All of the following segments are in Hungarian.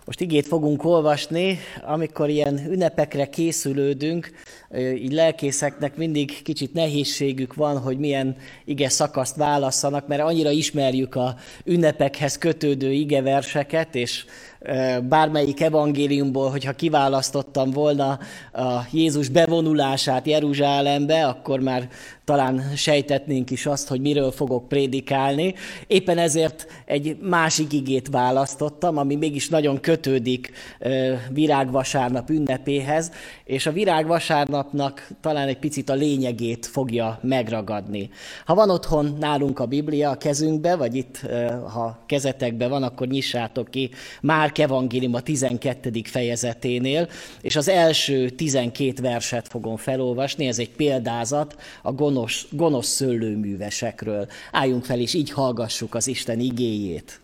Most igét fogunk olvasni, amikor ilyen ünnepekre készülődünk, így lelkészeknek mindig kicsit nehézségük van, hogy milyen ige szakaszt válasszanak, mert annyira ismerjük a ünnepekhez kötődő igeverseket, és bármelyik evangéliumból, hogyha kiválasztottam volna a Jézus bevonulását Jeruzsálembe, akkor már talán sejtetnénk is azt, hogy miről fogok prédikálni. Éppen ezért egy másik igét választottam, ami mégis nagyon kötődik Virágvasárnap ünnepéhez, és a Virágvasárnapnak talán egy picit a lényegét fogja megragadni. Ha van otthon nálunk a Biblia a kezünkbe, vagy itt, ha kezetekben van, akkor nyissátok ki Márk evangélium a 12. fejezeténél, és az első 12 verset fogom felolvasni, ez egy példázat a gonosz szőlőművesekről. Álljunk fel, és így hallgassuk az Isten igéjét.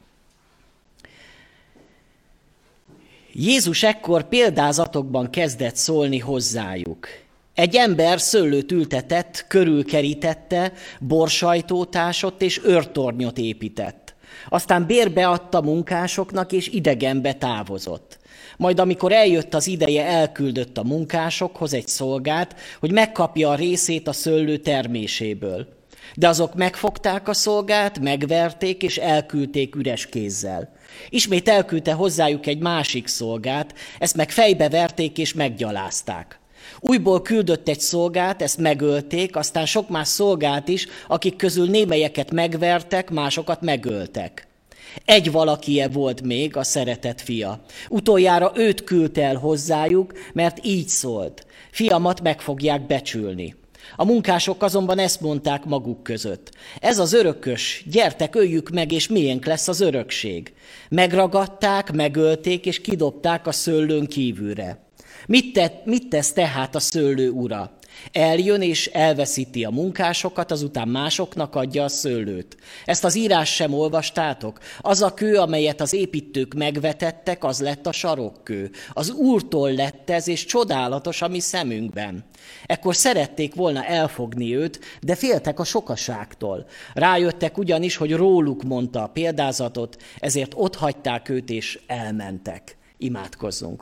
Jézus ekkor példázatokban kezdett szólni hozzájuk. Egy ember szőlőt ültetett, körülkerítette, borsajtót ásott és őrtornyot épített. Aztán bérbe adta munkásoknak, és idegenbe távozott. Majd amikor eljött az ideje, elküldött a munkásokhoz egy szolgát, hogy megkapja a részét a szőlő terméséből. De azok megfogták a szolgát, megverték, és elküldték üres kézzel. Ismét elküldte hozzájuk egy másik szolgát, ezt meg fejbe verték és meggyalázták. Újból küldött egy szolgát, ezt megölték, aztán sok más szolgát is, akik közül némelyeket megvertek, másokat megöltek. Egy valakie volt még, a szeretett fia. Utoljára őt küldte el hozzájuk, mert így szólt: fiamat meg fogják becsülni. A munkások azonban ezt mondták maguk között: ez az örökös, gyertek, öljük meg, és miénk lesz az örökség. Megragadták, megölték, és kidobták a szőlőn kívülre. Mit tesz tehát a szőlő ura? Eljön és elveszíti a munkásokat, azután másoknak adja a szőlőt. Ezt az írást sem olvastátok? Az a kő, amelyet az építők megvetettek, az lett a sarokkő. Az Úrtól lett ez, és csodálatos a mi szemünkben. Ekkor szerették volna elfogni őt, de féltek a sokaságtól. Rájöttek ugyanis, hogy róluk mondta a példázatot, ezért otthagyták őt és elmentek. Imádkozzunk.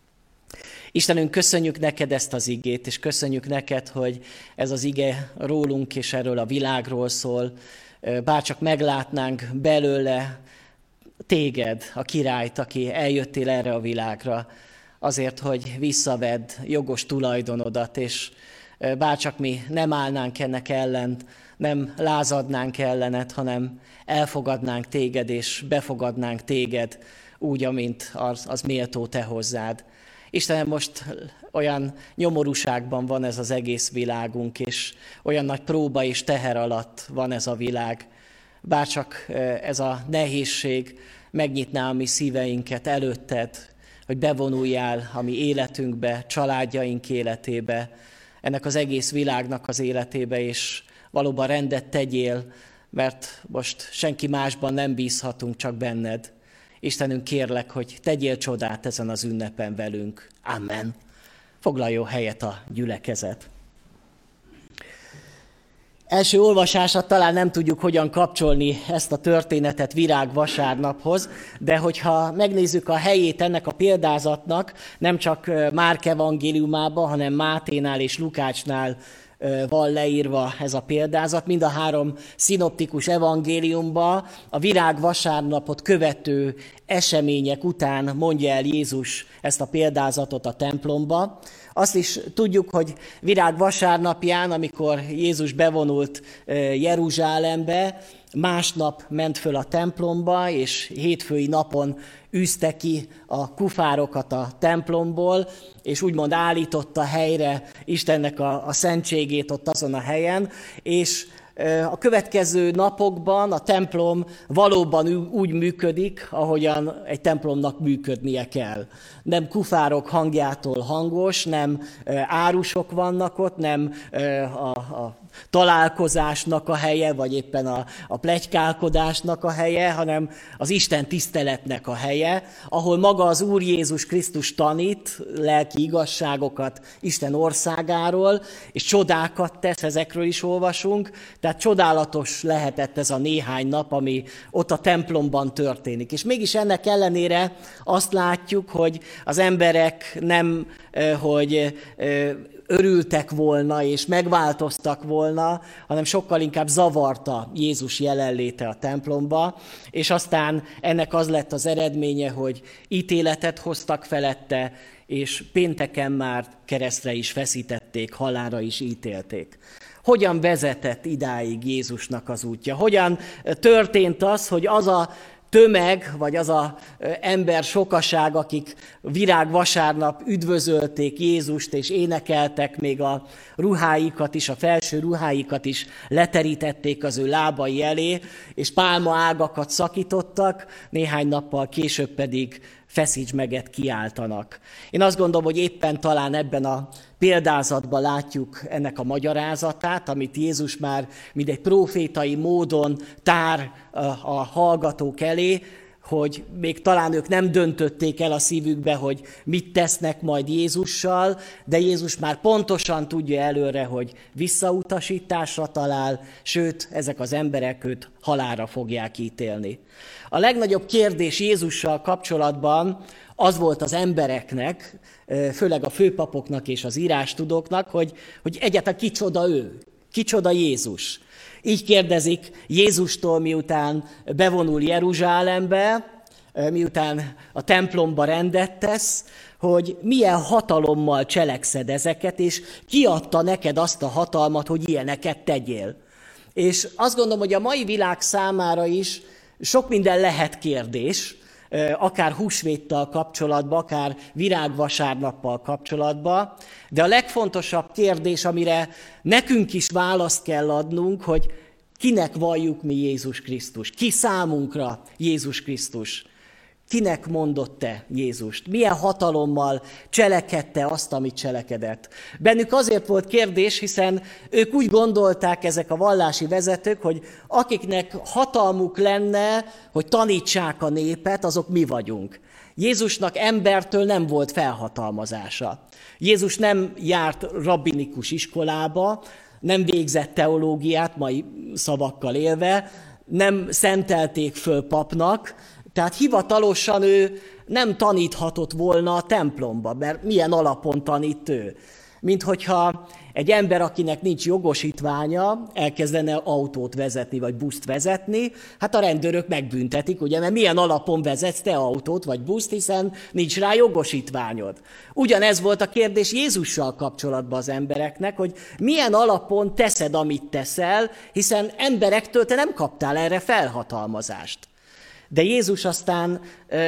Istenünk, köszönjük neked ezt az igét, és köszönjük neked, hogy ez az ige rólunk és erről a világról szól. Bárcsak meglátnánk belőle téged, a királyt, aki eljöttél erre a világra, azért, hogy visszavedd jogos tulajdonodat, és bárcsak mi nem állnánk ennek ellen, nem lázadnánk ellened, hanem elfogadnánk téged, és befogadnánk téged úgy, amint az méltó te hozzád. Istenem, most olyan nyomorúságban van ez az egész világunk, és olyan nagy próba és teher alatt van ez a világ. Bárcsak ez a nehézség megnyitná a mi szíveinket előtted, hogy bevonuljál a mi életünkbe, családjaink életébe, ennek az egész világnak az életébe, és valóban rendet tegyél, mert most senki másban nem bízhatunk, csak benned. Istenünk, kérlek, hogy tegyél csodát ezen az ünnepen velünk. Amen. Foglaljon helyet a gyülekezet. Első olvasásra talán nem tudjuk, hogyan kapcsolni ezt a történetet Virágvasárnaphoz, de hogyha megnézzük a helyét ennek a példázatnak, nem csak Márk evangéliumában, hanem Máténál és Lukácsnál van leírva ez a példázat. Mind a három szinoptikus evangéliumban a Virágvasárnapot követő események után mondja el Jézus ezt a példázatot a templomba. Azt is tudjuk, hogy Virágvasárnapján, amikor Jézus bevonult Jeruzsálembe, másnap ment föl a templomba, és hétfői napon űzte ki a kufárokat a templomból, és úgymond állította helyre Istennek a szentségét ott azon a helyen, és a következő napokban a templom valóban úgy működik, ahogyan egy templomnak működnie kell. Nem kufárok hangjától hangos, nem árusok vannak ott, nem a találkozásnak a helye, vagy éppen a pletykálkodásnak a helye, hanem az Isten tiszteletnek a helye, ahol maga az Úr Jézus Krisztus tanít lelki igazságokat Isten országáról, és csodákat tesz, ezekről is olvasunk. Tehát csodálatos lehetett ez a néhány nap, ami ott a templomban történik. És mégis ennek ellenére azt látjuk, hogy az emberek nem, hogy örültek volna és megváltoztak volna, hanem sokkal inkább zavarta Jézus jelenléte a templomba, és aztán ennek az lett az eredménye, hogy ítéletet hoztak felette, és pénteken már keresztre is feszítették, halálra is ítélték. Hogyan vezetett idáig Jézusnak az útja? Hogyan történt az, hogy az a tömeg, vagy az a ember sokaság, akik virágvasárnap üdvözölték Jézust, és énekeltek, még a ruháikat is, a felső ruháikat is leterítették az ő lábai elé, és pálmaágakat szakítottak, néhány nappal később pedig feszíts meget kiáltanak. Én azt gondolom, hogy éppen talán ebben a példázatban látjuk ennek a magyarázatát, amit Jézus már mint egy prófétai módon tár a hallgatók elé, hogy még talán ők nem döntötték el a szívükbe, hogy mit tesznek majd Jézussal, de Jézus már pontosan tudja előre, hogy visszautasításra talál, sőt, ezek az emberek őt halálra fogják ítélni. A legnagyobb kérdés Jézussal kapcsolatban az volt az embereknek, főleg a főpapoknak és az írástudóknak, hogy egyáltalán kicsoda ő, kicsoda Jézus. Így kérdezik Jézustól, miután bevonul Jeruzsálembe, miután a templomba rendet tesz, hogy milyen hatalommal cselekszed ezeket, és ki adta neked azt a hatalmat, hogy ilyeneket tegyél. És azt gondolom, hogy a mai világ számára is sok minden lehet kérdés, akár húsvéttal kapcsolatban, akár virágvasárnappal kapcsolatban, de a legfontosabb kérdés, amire nekünk is választ kell adnunk, hogy kinek valljuk mi Jézus Krisztus, ki számunkra Jézus Krisztus, kinek mondott te Jézust, milyen hatalommal cselekedte azt, amit cselekedett. Bennük azért volt kérdés, hiszen ők úgy gondolták, ezek a vallási vezetők, hogy akiknek hatalmuk lenne, hogy tanítsák a népet, azok mi vagyunk. Jézusnak embertől nem volt felhatalmazása. Jézus nem járt rabbinikus iskolába, nem végzett teológiát, mai szavakkal élve, nem szentelték föl papnak, tehát hivatalosan ő nem taníthatott volna a templomba, mert milyen alapon tanít ő. Mint hogyha egy ember, akinek nincs jogosítványa, elkezdene autót vezetni, vagy buszt vezetni, hát a rendőrök megbüntetik, ugye, mert milyen alapon vezetsz te autót, vagy buszt, hiszen nincs rá jogosítványod. Ugyanez volt a kérdés Jézussal kapcsolatban az embereknek, hogy milyen alapon teszed, amit teszel, hiszen emberektől te nem kaptál erre felhatalmazást. De Jézus aztán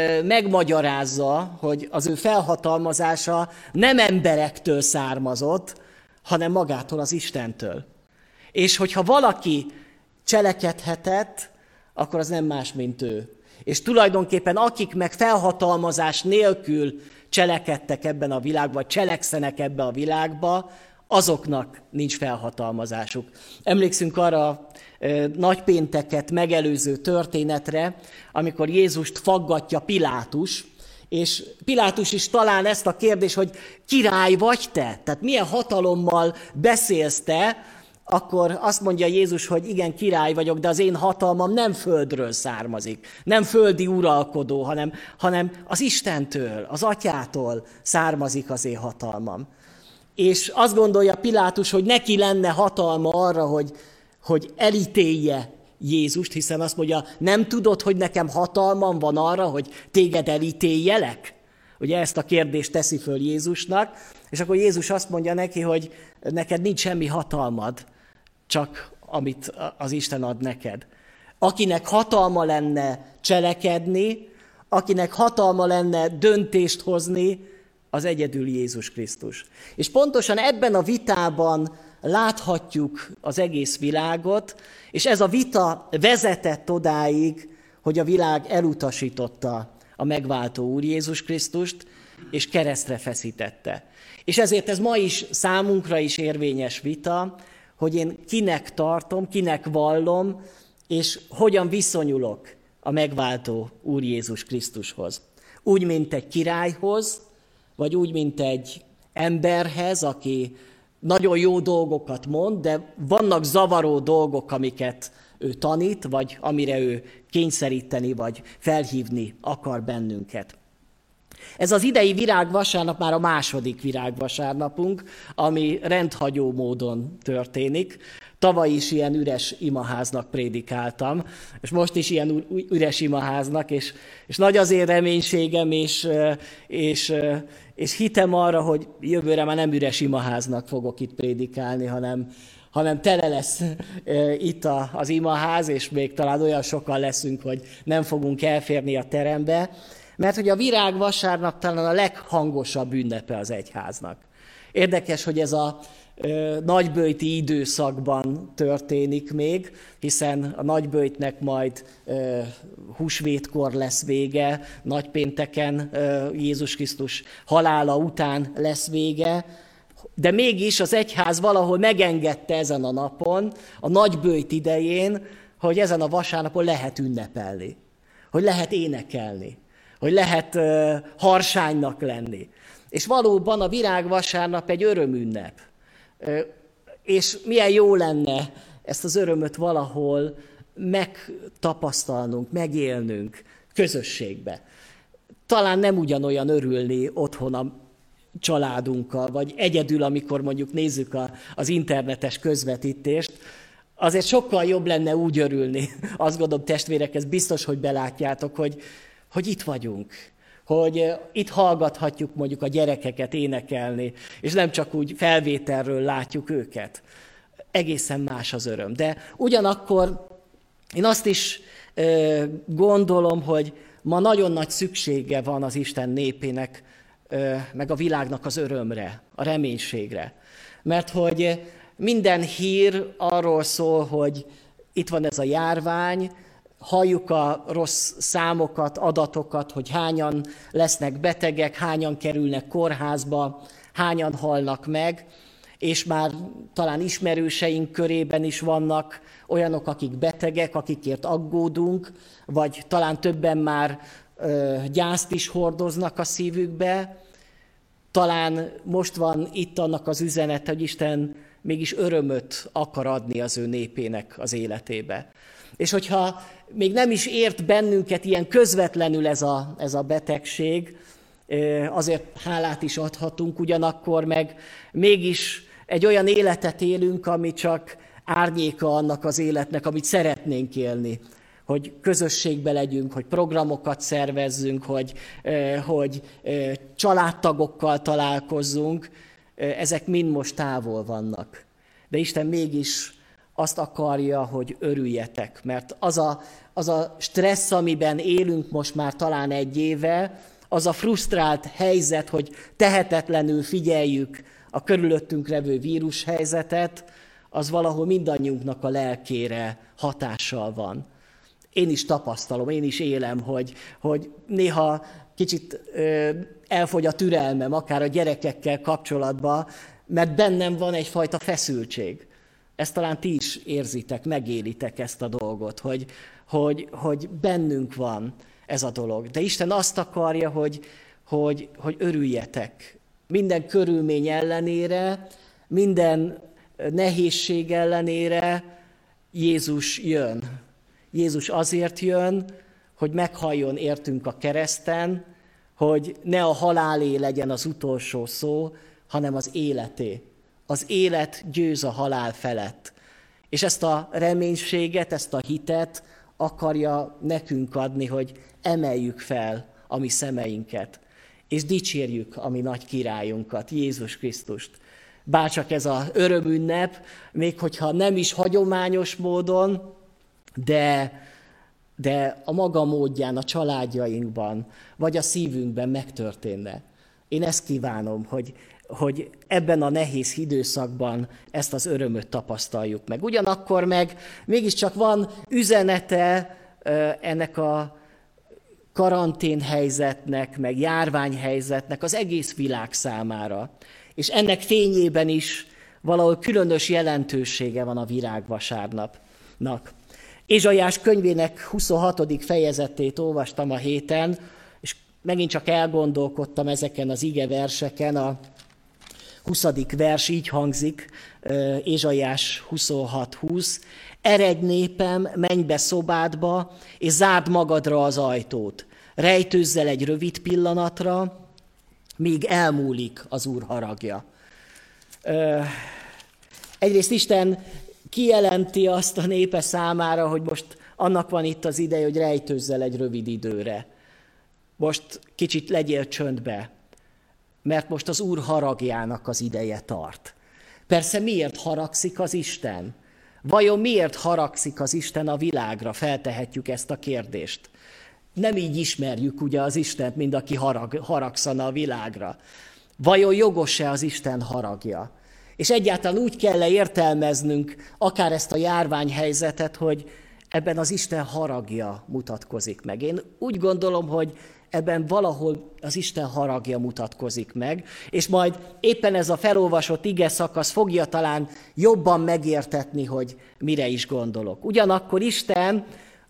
megmagyarázza, hogy az ő felhatalmazása nem emberektől származott, hanem magától, az Istentől. És hogyha valaki cselekedhetett, akkor az nem más, mint ő. És tulajdonképpen akik meg felhatalmazás nélkül cselekedtek ebben a világban, vagy cselekszenek ebbe a világba, azoknak nincs felhatalmazásuk. Emlékszünk arra a nagypénteket megelőző történetre, amikor Jézust faggatja Pilátus, és Pilátus is talán ezt a kérdést, hogy király vagy te? Tehát milyen hatalommal beszélsz te? Akkor azt mondja Jézus, hogy igen, király vagyok, de az én hatalmam nem földről származik, nem földi uralkodó, hanem az Istentől, az Atyától származik az én hatalmam. És azt gondolja Pilátus, hogy neki lenne hatalma arra, hogy elítélje Jézust, hiszen azt mondja, nem tudod, hogy nekem hatalmam van arra, hogy téged elítéljelek? Ugye ezt a kérdést teszi föl Jézusnak, és akkor Jézus azt mondja neki, hogy neked nincs semmi hatalmad, csak amit az Isten ad neked. Akinek hatalma lenne cselekedni, akinek hatalma lenne döntést hozni, az egyedül Jézus Krisztus. És pontosan ebben a vitában láthatjuk az egész világot, és ez a vita vezetett odáig, hogy a világ elutasította a megváltó Úr Jézus Krisztust, és keresztre feszítette. És ezért ez ma is számunkra is érvényes vita, hogy én kinek tartom, kinek vallom, és hogyan viszonyulok a megváltó Úr Jézus Krisztushoz. Úgy, mint egy királyhoz, vagy úgy, mint egy emberhez, aki nagyon jó dolgokat mond, de vannak zavaró dolgok, amiket ő tanít, vagy amire ő kényszeríteni, vagy felhívni akar bennünket. Ez az idei virágvasárnap már a második virágvasárnapunk, ami rendhagyó módon történik. Tavaly is ilyen üres imaháznak prédikáltam, és most is ilyen üres imaháznak, és nagy az én reménységem, és hitem arra, hogy jövőre már nem üres imaháznak fogok itt prédikálni, hanem tele lesz itt az imaház, és még talán olyan sokan leszünk, hogy nem fogunk elférni a terembe, mert hogy a virágvasárnap talán a leghangosabb ünnepe az egyháznak. Érdekes, hogy ez a nagyböjti időszakban történik még, hiszen a nagyböjtnek majd húsvétkor lesz vége, nagypénteken Jézus Krisztus halála után lesz vége, de mégis az egyház valahol megengedte ezen a napon, a nagyböjt idején, hogy ezen a vasárnapon lehet ünnepelni, hogy lehet énekelni, hogy lehet harsánynak lenni. És valóban a virágvasárnap egy örömünnep. És milyen jó lenne ezt az örömöt valahol megtapasztalnunk, megélnünk közösségbe. Talán nem ugyanolyan örülni otthon a családunkkal, vagy egyedül, amikor mondjuk nézzük az internetes közvetítést, azért sokkal jobb lenne úgy örülni. Azt gondolom, testvérek, ez biztos, hogy belátjátok, hogy itt vagyunk, hogy itt hallgathatjuk mondjuk a gyerekeket énekelni, és nem csak úgy felvételről látjuk őket. Egészen más az öröm. De ugyanakkor én azt is gondolom, hogy ma nagyon nagy szüksége van az Isten népének, meg a világnak az örömre, a reménységre. Mert hogy minden hír arról szól, hogy itt van ez a járvány, halljuk a rossz számokat, adatokat, hogy hányan lesznek betegek, hányan kerülnek kórházba, hányan halnak meg, és már talán ismerőseink körében is vannak olyanok, akik betegek, akikért aggódunk, vagy talán többen már gyászt is hordoznak a szívükbe. Talán most van itt annak az üzenete, hogy Isten mégis örömöt akar adni az ő népének az életébe. És hogyha még nem is ért bennünket ilyen közvetlenül ez a betegség, azért hálát is adhatunk, ugyanakkor meg mégis egy olyan életet élünk, ami csak árnyéka annak az életnek, amit szeretnénk élni. Hogy közösségbe legyünk, hogy programokat szervezzünk, hogy családtagokkal találkozzunk, ezek mind most távol vannak. De Isten mégis azt akarja, hogy örüljetek, mert az a stressz, amiben élünk most már talán egy éve, az a frusztrált helyzet, hogy tehetetlenül figyeljük a körülöttünk levő vírushelyzetet, az valahol mindannyiunknak a lelkére hatással van. Én is tapasztalom, én is élem, hogy néha kicsit elfogy a türelmem, akár a gyerekekkel kapcsolatban, mert bennem van egyfajta feszültség. Ezt talán ti is érzitek, megélitek ezt a dolgot, hogy bennünk van ez a dolog. De Isten azt akarja, hogy örüljetek. Minden körülmény ellenére, minden nehézség ellenére Jézus jön. Jézus azért jön, hogy meghalljon értünk a kereszten, hogy ne a halálé legyen az utolsó szó, hanem az életé. Az élet győz a halál felett. És ezt a reménységet, ezt a hitet akarja nekünk adni, hogy emeljük fel a mi szemeinket, és dicsérjük a mi nagy királyunkat, Jézus Krisztust. Bárcsak ez az örömünnep, még hogyha nem is hagyományos módon, de a maga módján, a családjainkban, vagy a szívünkben megtörténne. Én ezt kívánom, hogy ebben a nehéz időszakban ezt az örömöt tapasztaljuk meg. Ugyanakkor meg mégiscsak van üzenete ennek a karanténhelyzetnek, meg járványhelyzetnek az egész világ számára. És ennek fényében is valahol különös jelentősége van a virágvasárnapnak. Ézsaiás könyvének 26. fejezetét olvastam a héten, és megint csak elgondolkodtam ezeken az igeverseken, 20. vers így hangzik, Ézsaiás 26:20. Eredj népem, menj be szobádba, és zárd magadra az ajtót. Rejtőzz el egy rövid pillanatra, míg elmúlik az Úr haragja. Egyrészt Isten kijelenti azt a népe számára, hogy most annak van itt az ideje, hogy rejtőzz el egy rövid időre. Most kicsit legyél csöndbe, mert most az Úr haragjának az ideje tart. Persze miért haragszik az Isten? Vajon miért haragszik az Isten a világra? Feltehetjük ezt a kérdést. Nem így ismerjük ugye az Istent, mint aki haragszana a világra. Vajon jogos-e az Isten haragja? És egyáltalán úgy kell értelmeznünk akár ezt a járványhelyzetet, hogy ebben az Isten haragja mutatkozik meg. Én úgy gondolom, hogy ebben valahol az Isten haragja mutatkozik meg, és majd éppen ez a felolvasott ige szakasz fogja talán jobban megértetni, hogy mire is gondolok. Ugyanakkor Isten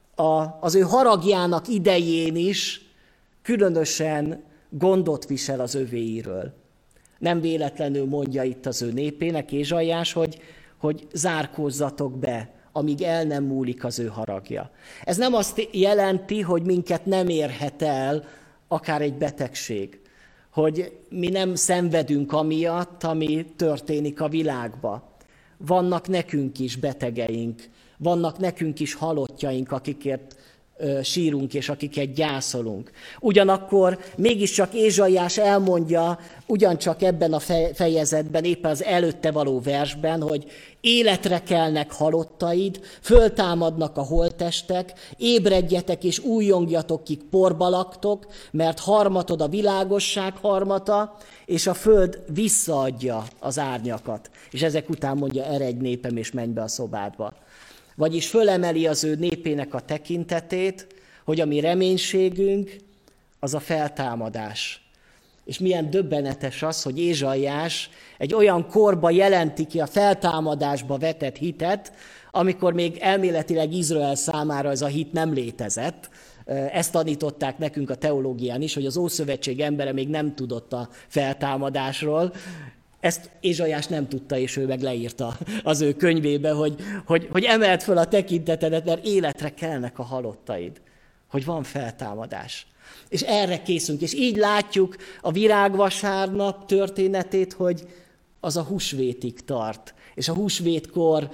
az ő haragjának idején is különösen gondot visel az övéiről. Nem véletlenül mondja itt az ő népének, Ézsaiás, hogy zárkózzatok be, amíg el nem múlik az ő haragja. Ez nem azt jelenti, hogy minket nem érhet el akár egy betegség, hogy mi nem szenvedünk amiatt, ami történik a világban. Vannak nekünk is betegeink, vannak nekünk is halottjaink, akikért sírunk és akiket gyászolunk. Ugyanakkor mégiscsak Ézsaiás elmondja, ugyancsak ebben a fejezetben, éppen az előtte való versben, hogy életre kelnek halottaid, föltámadnak a holttestek, ébredjetek és újjongjatok, kik porba laktok, mert harmatod a világosság harmata, és a föld visszaadja az árnyakat. És ezek után mondja, eredj népem, és menj be a szobádba. Vagyis fölemeli az ő népének a tekintetét, hogy a mi reménységünk az a feltámadás. És milyen döbbenetes az, hogy Ézsaiás egy olyan korba jelenti ki a feltámadásba vetett hitet, amikor még elméletileg Izrael számára ez a hit nem létezett. Ezt tanították nekünk a teológián is, hogy az Ószövetség embere még nem tudott a feltámadásról. Ezt Ézsaiás nem tudta, és ő meg leírta az ő könyvébe, hogy emeld föl a tekintetedet, mert életre kelnek a halottaid, hogy van feltámadás. És erre készünk, és így látjuk a virágvasárnap történetét, hogy az a húsvétig tart, és a húsvétkor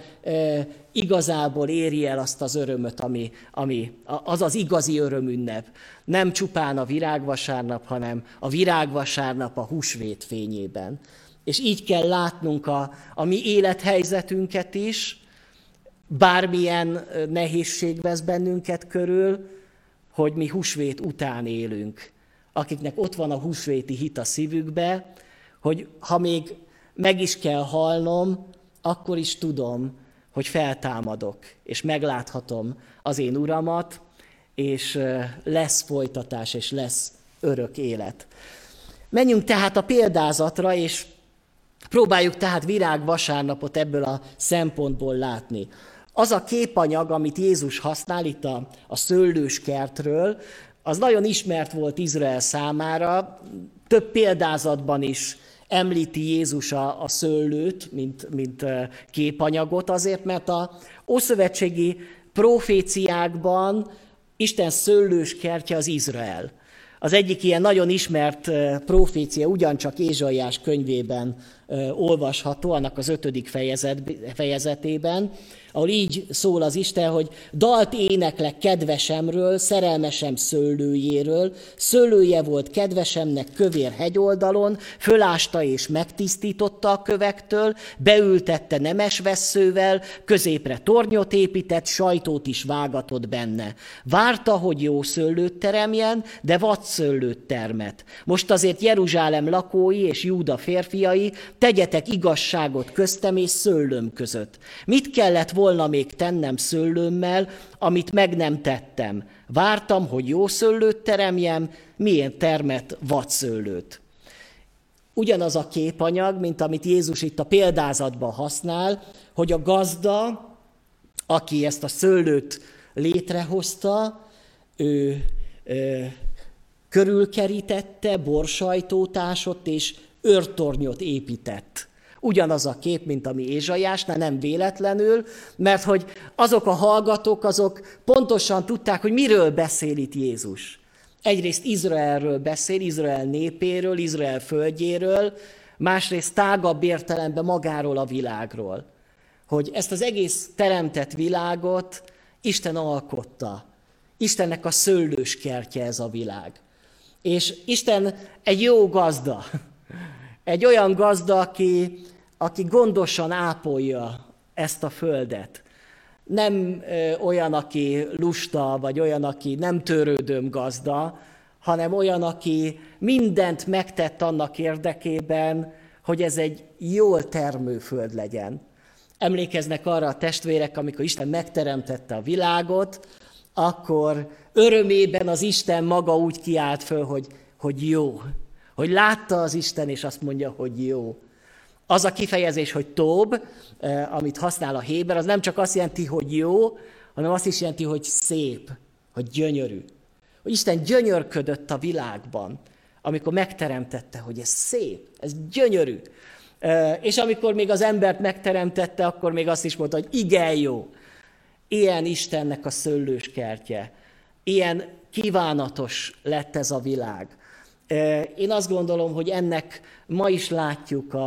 igazából éri el azt az örömöt, ami az igazi örömünnep. Nem csupán a virágvasárnap, hanem a virágvasárnap a húsvét fényében. És így kell látnunk a mi élethelyzetünket is, bármilyen nehézség vesz bennünket körül, hogy mi húsvét után élünk. Akiknek ott van a húsvéti hit a szívükbe, hogy ha még meg is kell halnom, akkor is tudom, hogy feltámadok, és megláthatom az én Uramat, és lesz folytatás, és lesz örök élet. Menjünk tehát a példázatra, és próbáljuk tehát virágvasárnapot ebből a szempontból látni. Az a képanyag, amit Jézus használ itt a szőlős kertről, az nagyon ismert volt Izrael számára. Több példázatban is említi Jézus a szőlőt, mint képanyagot, azért, mert az ószövetségi proféciákban Isten szőlős kertje az Izrael. Az egyik ilyen nagyon ismert profécia ugyancsak Ézsaiás könyvében olvasható, annak az 5. fejezetében, ahol így szól az Isten, hogy dalt éneklek kedvesemről, szerelmesem szőlőjéről, szőlője volt kedvesemnek kövér hegyoldalon, fölásta és megtisztította a kövektől, beültette nemes vesszővel, középre tornyot épített, sajtót is vágatott benne. Várta, hogy jó szőlőt teremjen, de vadszőlőt termet. Most azért Jeruzsálem lakói és Júda férfiai, tegyetek igazságot köztem és szőlőm között. Mit kellett volna még tennem szőlőmmel, amit meg nem tettem? Vártam, hogy jó szőlőt teremjem, miért termett vadszőlőt? Ugyanaz a képanyag, mint amit Jézus itt a példázatban használ, hogy a gazda, aki ezt a szőlőt létrehozta, ő körülkerítette, borsajtót ásott, és őrtornyot épített. Ugyanaz a kép, mint ami Ézsaiásnál, nem véletlenül, mert hogy azok a hallgatók, azok pontosan tudták, hogy miről beszél itt Jézus. Egyrészt Izraelről beszél, Izrael népéről, Izrael földjéről, másrészt tágabb értelemben magáról a világról. Hogy ezt az egész teremtett világot Isten alkotta. Istennek a szőlőskertje ez a világ. És Isten egy jó gazda. Egy olyan gazda, aki gondosan ápolja ezt a földet. Nem olyan, aki lusta, vagy olyan, aki nem törődöm gazda, hanem olyan, aki mindent megtett annak érdekében, hogy ez egy jól termő föld legyen. Emlékeznek arra a testvérek, amikor Isten megteremtette a világot, akkor örömében az Isten maga úgy kiált föl, hogy jó. Hogy látta az Isten, és azt mondja, hogy jó. Az a kifejezés, hogy tób, amit használ a héber, az nem csak azt jelenti, hogy jó, hanem azt is jelenti, hogy szép, hogy gyönyörű. Hogy Isten gyönyörködött a világban, amikor megteremtette, hogy ez szép, ez gyönyörű. És amikor még az embert megteremtette, akkor még azt is mondta, hogy igen jó. Ilyen Istennek a szőlőskertje. Ilyen kívánatos lett ez a világ. Én azt gondolom, hogy ennek ma is látjuk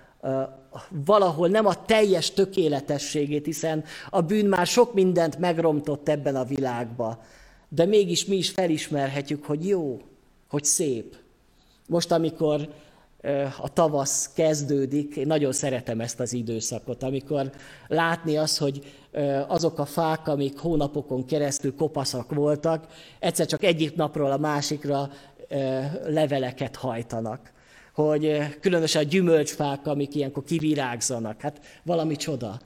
valahol nem a teljes tökéletességét, hiszen a bűn már sok mindent megromtott ebben a világban. De mégis mi is felismerhetjük, hogy jó, hogy szép. Most, amikor a tavasz kezdődik, én nagyon szeretem ezt az időszakot, amikor látni azt, hogy azok a fák, amik hónapokon keresztül kopaszak voltak, egyszer csak egyik napról a másikra leveleket hajtanak. Hogy különösen a gyümölcsfák, amik ilyenkor kivirágzanak, hát valami csoda,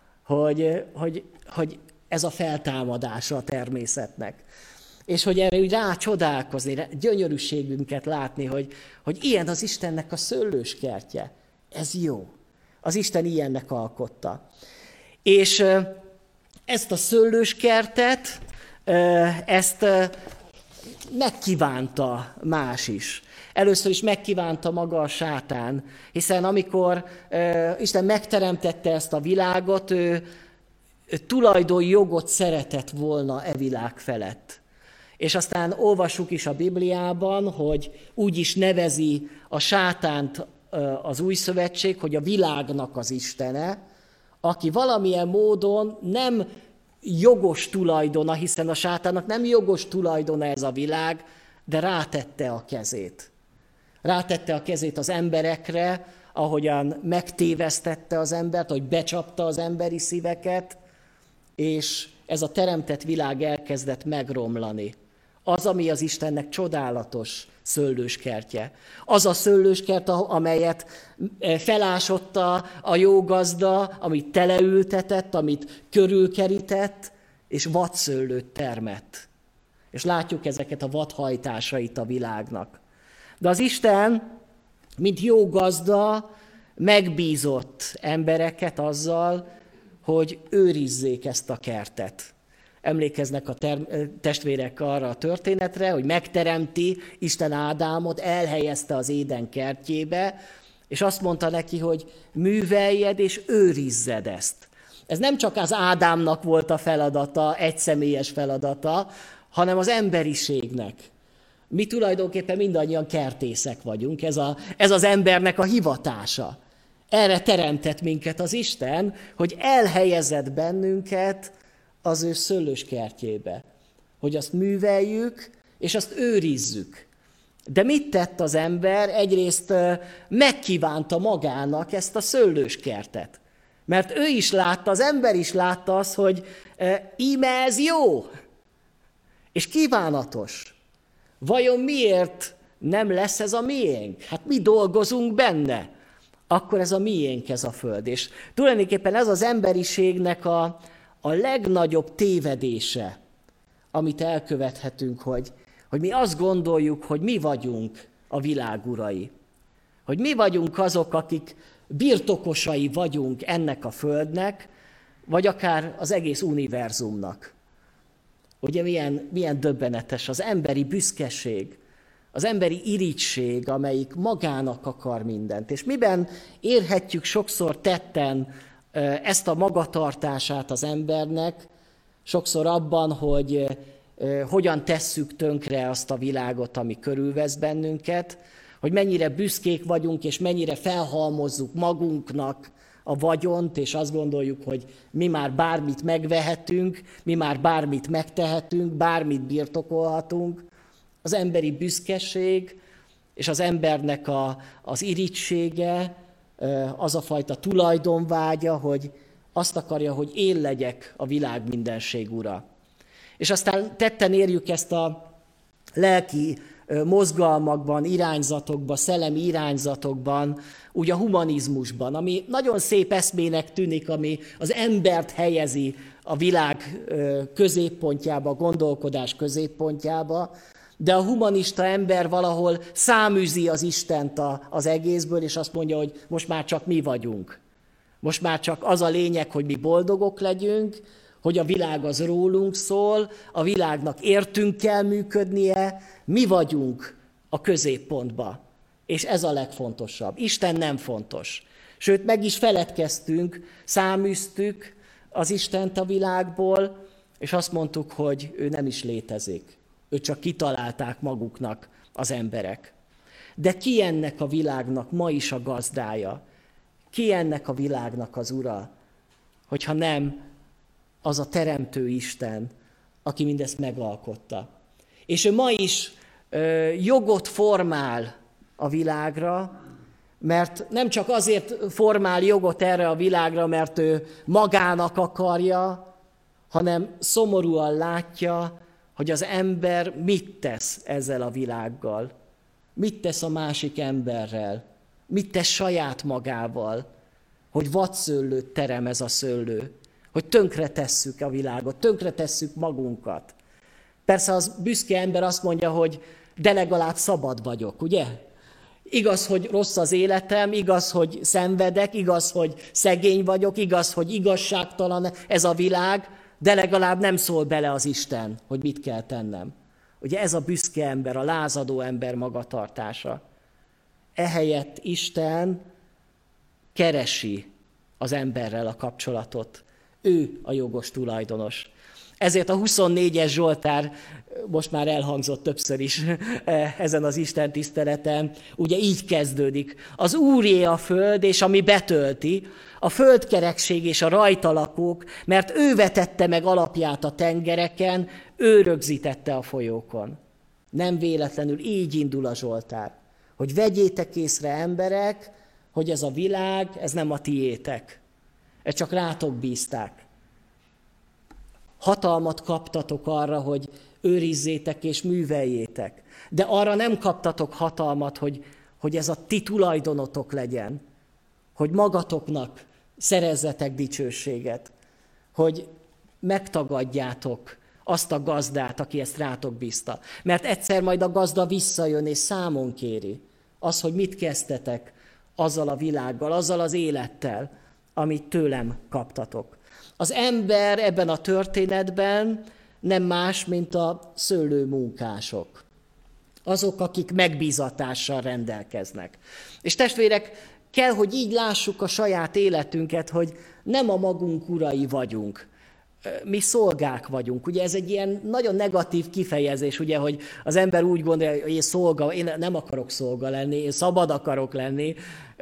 hogy ez a feltámadása a természetnek. És hogy erre úgy rácsodálkozni, gyönyörűségünket látni, hogy ilyen az Istennek a szőlőskertje. Ez jó. Az Isten ilyennek alkotta. És ezt a szőlőskertet, ezt megkívánta más is. Először is megkívánta maga a sátán, hiszen amikor Isten megteremtette ezt a világot, ő tulajdonjogot szeretett volna e világ felett. És aztán olvassuk is a Bibliában, hogy úgy is nevezi a sátánt az új szövetség, hogy a világnak az istene, aki valamilyen módon nem jogos tulajdona, hiszen a sátánnak nem jogos tulajdona ez a világ, de rátette a kezét. Rátette a kezét az emberekre, ahogyan megtévesztette az embert, hogy becsapta az emberi szíveket, és ez a teremtett világ elkezdett megromlani. Az, ami az Istennek csodálatos szőlőskertje. Az a szőlőskert, amelyet felásotta a jó gazda, amit teleültetett, amit körülkerített, és vadszőlőt termett. És látjuk ezeket a vadhajtásait a világnak. De az Isten, mint jó gazda, megbízott embereket azzal, hogy őrizzék ezt a kertet. Emlékeznek a testvérek arra a történetre, hogy megteremti Isten Ádámot, elhelyezte az Éden kertjébe, és azt mondta neki, hogy műveljed és őrizzed ezt. Ez nem csak az Ádámnak volt a feladata, egyszemélyes feladata, hanem az emberiségnek. Mi tulajdonképpen mindannyian kertészek vagyunk, ez az embernek a hivatása. Erre teremtett minket az Isten, hogy elhelyezett bennünket az ő szőlőskertjébe. Hogy azt műveljük, és azt őrizzük. De mit tett az ember? Egyrészt megkívánta magának ezt a szőlőskertet. Mert ő is látta, az ember is látta azt, hogy íme ez jó, és kívánatos. Vajon miért nem lesz ez a miénk? Hát mi dolgozunk benne. Akkor ez a miénk, ez a föld. És tulajdonképpen ez az emberiségnek a legnagyobb tévedése, amit elkövethetünk, hogy mi azt gondoljuk, hogy mi vagyunk a világ urai. Hogy mi vagyunk azok, akik birtokosai vagyunk ennek a földnek, vagy akár az egész univerzumnak. Ugye milyen döbbenetes az emberi büszkeség, Az emberi irigység, amelyik magának akar mindent. És miben érhetjük sokszor tetten ezt a magatartását az embernek, sokszor abban, hogy hogyan tesszük tönkre azt a világot, ami körülvesz bennünket, hogy mennyire büszkék vagyunk, és mennyire felhalmozzuk magunknak a vagyont, és azt gondoljuk, hogy mi már bármit megvehetünk, mi már bármit megtehetünk, bármit birtokolhatunk. Az emberi büszkeség és az embernek az irigysége, az a fajta tulajdonvágya, hogy azt akarja, hogy én legyek a világ mindenség ura. És aztán tetten érjük ezt a lelki mozgalmakban, irányzatokban, szellemi irányzatokban, úgy a humanizmusban, ami nagyon szép eszmének tűnik, ami az embert helyezi a világ középpontjába, a gondolkodás középpontjába, de a humanista ember valahol száműzi az Istent az egészből, és azt mondja, hogy most már csak mi vagyunk. Most már csak az a lényeg, hogy mi boldogok legyünk, hogy a világ az rólunk szól, a világnak értünk kell működnie, mi vagyunk a középpontba. És ez a legfontosabb. Isten nem fontos. Sőt, meg is feledkeztünk, száműztük az Istent a világból, és azt mondtuk, hogy ő nem is létezik. Őt csak kitalálták maguknak az emberek. De ki ennek a világnak ma is a gazdája? Ki ennek a világnak az ura? Hogyha nem az a teremtő Isten, aki mindezt megalkotta. És ő ma is jogot formál a világra, mert nem csak azért formál jogot erre a világra, mert ő magának akarja, hanem szomorúan látja, hogy az ember mit tesz ezzel a világgal, mit tesz a másik emberrel, mit tesz saját magával, hogy vadszőlőt terem ez a szőlő, hogy tönkre tesszük a világot, tönkre tesszük magunkat. Persze az büszke ember azt mondja, hogy de legalább szabad vagyok, ugye? Igaz, hogy rossz az életem, igaz, hogy szenvedek, igaz, hogy szegény vagyok, igaz, hogy igazságtalan ez a világ, de legalább nem szól bele az Isten, hogy mit kell tennem. Ugye ez a büszke ember, a lázadó ember magatartása. Ehelyett Isten keresi az emberrel a kapcsolatot. Ő a jogos tulajdonos. Ezért a 24-es Zsoltár most már elhangzott többször is ezen az Isten tiszteleten, ugye így kezdődik. Az Úré a föld, és ami betölti, a földkerekség és a rajta lakók, mert ő vetette meg alapját a tengereken, ő rögzítette a folyókon. Nem véletlenül így indul a Zsoltár, hogy vegyétek észre emberek, hogy ez a világ, ez nem a tiétek. Ezt csak rátok bízták. Hatalmat kaptatok arra, hogy őrizzétek és műveljétek. De arra nem kaptatok hatalmat, hogy ez a ti tulajdonotok legyen. Hogy magatoknak szerezzetek dicsőséget. Hogy megtagadjátok azt a gazdát, aki ezt rátok bízta. Mert egyszer majd a gazda visszajön és számon kéri. Az, hogy mit kezdtetek azzal a világgal, azzal az élettel, amit tőlem kaptatok. Az ember ebben a történetben nem más, mint a szőlőmunkások. Azok, akik megbízatással rendelkeznek. És testvérek, kell, hogy így lássuk a saját életünket, hogy nem a magunk urai vagyunk. Mi szolgák vagyunk. Ugye ez egy ilyen nagyon negatív kifejezés, ugye, hogy az ember úgy gondolja, hogy én nem akarok szolga lenni, én szabad akarok lenni.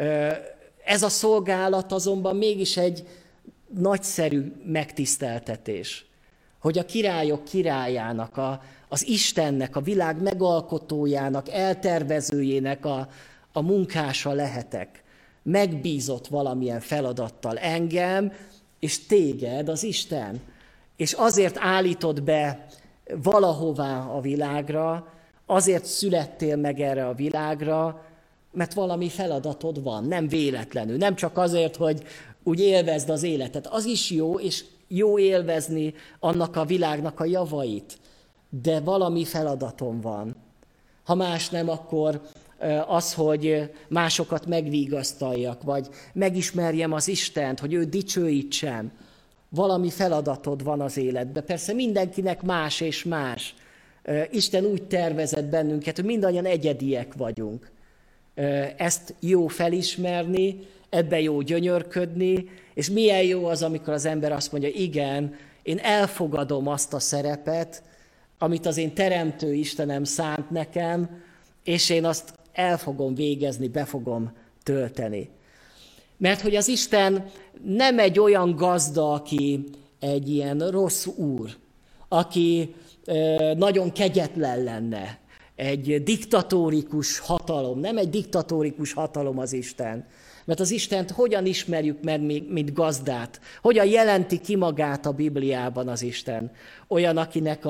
Ez a szolgálat azonban mégis egy nagyszerű megtiszteltetés, hogy a királyok királyának, az Istennek, a világ megalkotójának, eltervezőjének a munkása lehetek. Megbízott valamilyen feladattal engem, és téged az Isten. És azért állított be valahová a világra, azért születtél meg erre a világra, mert valami feladatod van, nem véletlenül. Nem csak azért, hogy úgy élvezd az életet. Az is jó, és jó élvezni annak a világnak a javait. De valami feladatom van. Ha más nem, akkor az, hogy másokat megvigasztaljak, vagy megismerjem az Istent, hogy őt dicsőítsem. Valami feladatod van az életben. Persze mindenkinek más és más Isten úgy tervezett bennünket, hogy mindannyian egyediek vagyunk. Ezt jó felismerni, ebben jó gyönyörködni, és milyen jó az, amikor az ember azt mondja, igen, én elfogadom azt a szerepet, amit az én teremtő Istenem szánt nekem, és én azt el fogom végezni, be fogom tölteni. Mert hogy az Isten nem egy olyan gazda, aki egy ilyen rossz úr, aki nagyon kegyetlen lenne, egy diktatórikus hatalom, nem egy diktatórikus hatalom az Isten. Mert az Istent hogyan ismerjük meg, mint gazdát? Hogyan jelenti ki magát a Bibliában az Isten? Olyan,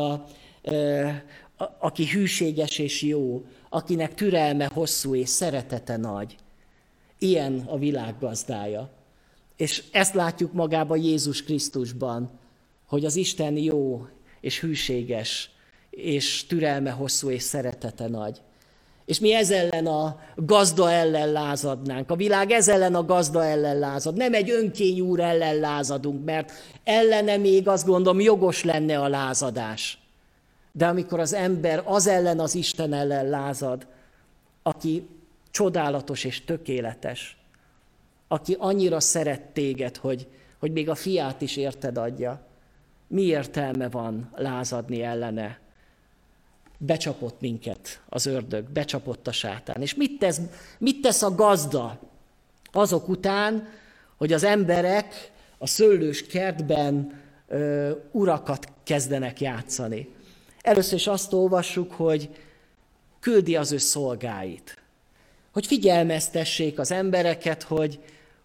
aki hűséges és jó, akinek türelme hosszú és szeretete nagy. Ilyen a világ gazdája. És ezt látjuk magában Jézus Krisztusban, hogy az Isten jó és hűséges, és türelme hosszú és szeretete nagy. És mi ez ellen a gazda ellen lázadnánk. A világ ez ellen a gazda ellen lázad. Nem egy önkény úr ellen lázadunk, mert ellene még azt gondolom jogos lenne a lázadás. De amikor az ember az ellen az Isten ellen lázad, aki csodálatos és tökéletes, aki annyira szeret téged, hogy még a fiát is érted adja, mi értelme van lázadni ellene? Becsapott minket az ördög, becsapott a sátán. És mit tesz a gazda azok után, hogy az emberek a szőlős kertben urakat kezdenek játszani? Először is azt olvassuk, hogy küldi az ő szolgáit. Hogy figyelmeztessék az embereket, hogy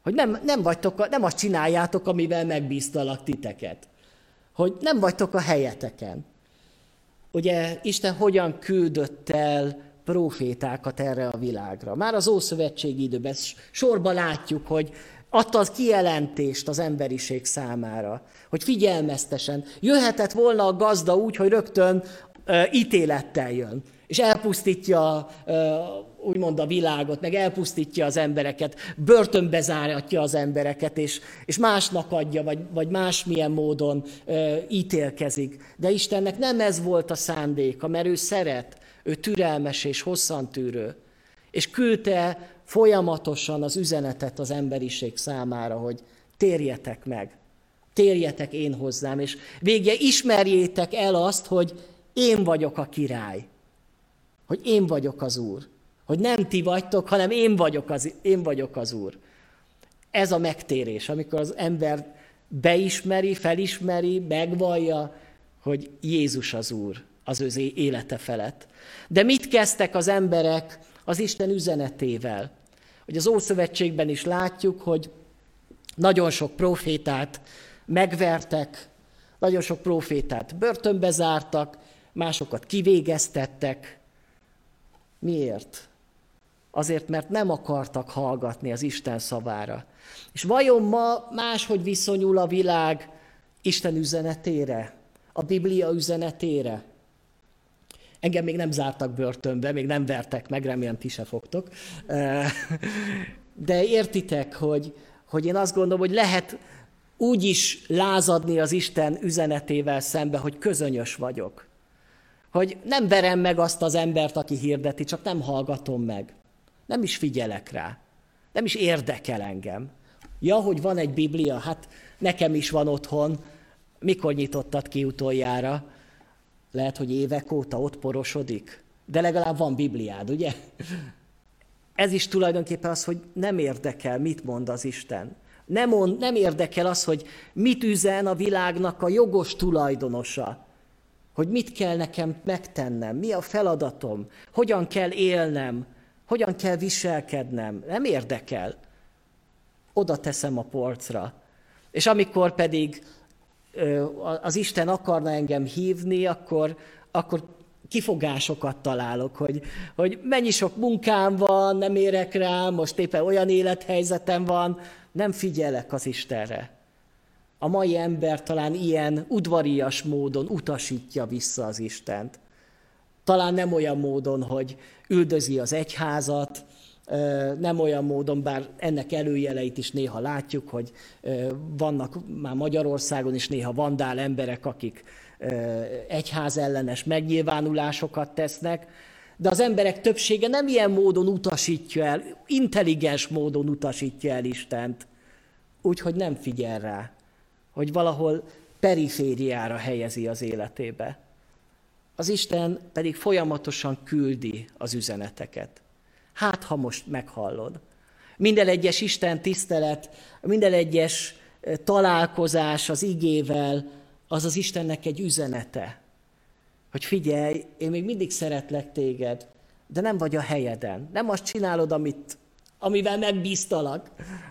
nem azt csináljátok, amivel megbíztalak titeket. Hogy nem vagytok a helyeteken. Ugye Isten hogyan küldött el prófétákat erre a világra? Már az ószövetségi időben sorba látjuk, hogy adta az kijelentést az emberiség számára, hogy figyelmeztesen. Jöhetett volna a gazda úgy, hogy rögtön ítélettel jön, és elpusztítja úgymond a világot, meg elpusztítja az embereket, börtönbe záratja az embereket, és másnak adja, vagy másmilyen módon ítélkezik. De Istennek nem ez volt a szándéka, mert ő szeret, ő türelmes és hosszantűrő. És küldte folyamatosan az üzenetet az emberiség számára, hogy térjetek meg, térjetek én hozzám, és végre ismerjétek el azt, hogy én vagyok a király, hogy én vagyok az Úr. Hogy nem ti vagytok, hanem én vagyok az Úr. Ez a megtérés, amikor az ember beismeri, felismeri, megvallja, hogy Jézus az Úr az ő élete felett. De mit kezdtek az emberek az Isten üzenetével? Hogy az Ószövetségben is látjuk, hogy nagyon sok prófétát megvertek, nagyon sok prófétát börtönbe zártak, másokat kivégeztettek. Miért? Azért, mert nem akartak hallgatni az Isten szavára. És vajon ma máshogy viszonyul a világ Isten üzenetére, a Biblia üzenetére? Engem még nem zártak börtönbe, még nem vertek meg, remélem ti se fogtok. De értitek, hogy én azt gondolom, hogy lehet úgy is lázadni az Isten üzenetével szembe, hogy közönyös vagyok. Hogy nem verem meg azt az embert, aki hirdeti, csak nem hallgatom meg. Nem is figyelek rá. Nem is érdekel engem. Ja, hogy van egy Biblia, hát nekem is van otthon. Mikor nyitottad ki utoljára? Lehet, hogy évek óta ott porosodik. De legalább van Bibliád, ugye? Ez is tulajdonképpen az, hogy nem érdekel, mit mond az Isten. Nem érdekel az, hogy mit üzen a világnak a jogos tulajdonosa. Hogy mit kell nekem megtennem, mi a feladatom, hogyan kell élnem, hogyan kell viselkednem. Nem érdekel. Oda teszem a polcra. És amikor pedig az Isten akarna engem hívni, akkor kifogásokat találok, hogy mennyi sok munkám van, nem érek rá, most éppen olyan élethelyzetem van, nem figyelek az Istenre. A mai ember talán ilyen udvarias módon utasítja vissza az Istent. Talán nem olyan módon, hogy üldözi az egyházat, nem olyan módon, bár ennek előjeleit is néha látjuk, hogy vannak már Magyarországon is néha vandál emberek, akik egyház ellenes megnyilvánulásokat tesznek, de az emberek többsége nem ilyen módon utasítja el, intelligens módon utasítja el Istent, úgyhogy nem figyel rá, hogy valahol perifériára helyezi az életébe. Az Isten pedig folyamatosan küldi az üzeneteket. Hát, ha most meghallod. Minden egyes Isten tisztelet, minden egyes találkozás az igével, az az Istennek egy üzenete. Hogy figyelj, én még mindig szeretlek téged, de nem vagy a helyeden. Nem azt csinálod, amivel megbíztalak,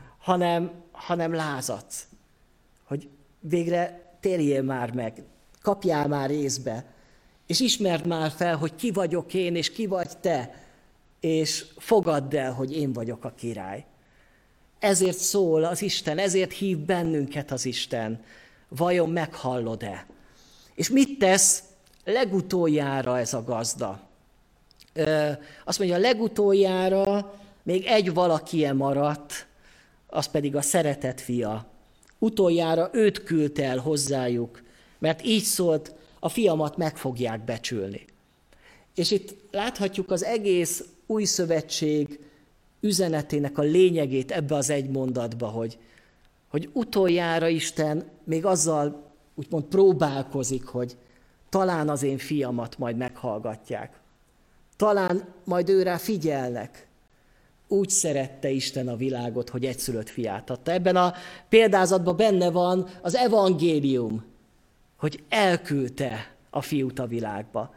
hanem lázadsz. Hogy végre térjél már meg, kapjál már észbe, és ismerd már fel, hogy ki vagyok én, és ki vagy te, és fogadd el, hogy én vagyok a király. Ezért szól az Isten, ezért hív bennünket az Isten. Vajon meghallod-e? És mit tesz legutoljára ez a gazda? Azt mondja, legutoljára még egy valakie maradt, az pedig a szeretett fia. Utoljára őt küldte el hozzájuk, mert így szólt, a fiamat meg fogják becsülni. És itt láthatjuk az egész új szövetség üzenetének a lényegét ebbe az egy mondatba, hogy utoljára Isten még azzal úgymond próbálkozik, hogy talán az én fiamat majd meghallgatják. Talán majd őrá figyelnek. Úgy szerette Isten a világot, hogy egyszülött fiát adta. Ebben a példázatban benne van az evangélium, hogy elküldte a fiút a világba.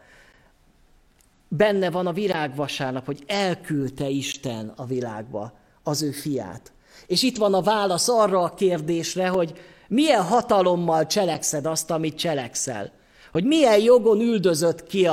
Benne van a virágvasárnap, hogy elküldte Isten a világba az ő fiát. És itt van a válasz arra a kérdésre, hogy milyen hatalommal cselekszed azt, amit cselekszel. Hogy milyen jogon üldözött ki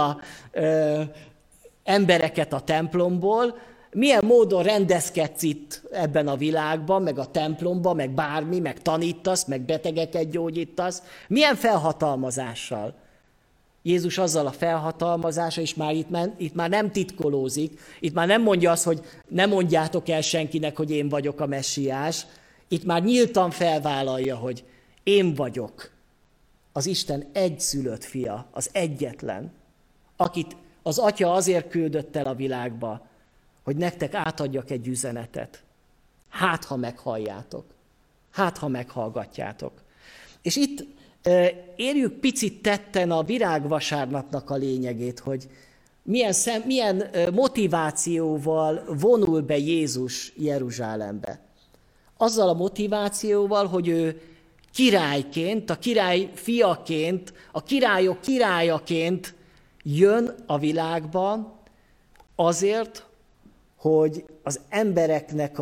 embereket a templomból, milyen módon rendezkedsz itt ebben a világban, meg a templomban, meg bármi, meg tanítasz, meg betegeket gyógyítasz. Milyen felhatalmazással? Jézus azzal a felhatalmazása, és már itt már nem titkolózik, itt már nem mondja azt, hogy ne mondjátok el senkinek, hogy én vagyok a messiás, itt már nyíltan felvállalja, hogy én vagyok az Isten egyszülött fia, az egyetlen, akit az Atya azért küldött el a világba, hogy nektek átadjak egy üzenetet. Hát, ha meghalljátok. Hát, ha meghallgatjátok. És itt érjük picit tetten a virágvasárnapnak a lényegét, hogy milyen motivációval vonul be Jézus Jeruzsálembe. Azzal a motivációval, hogy ő királyként, a király fiaként, a királyok királyaként jön a világba azért, hogy az embereknek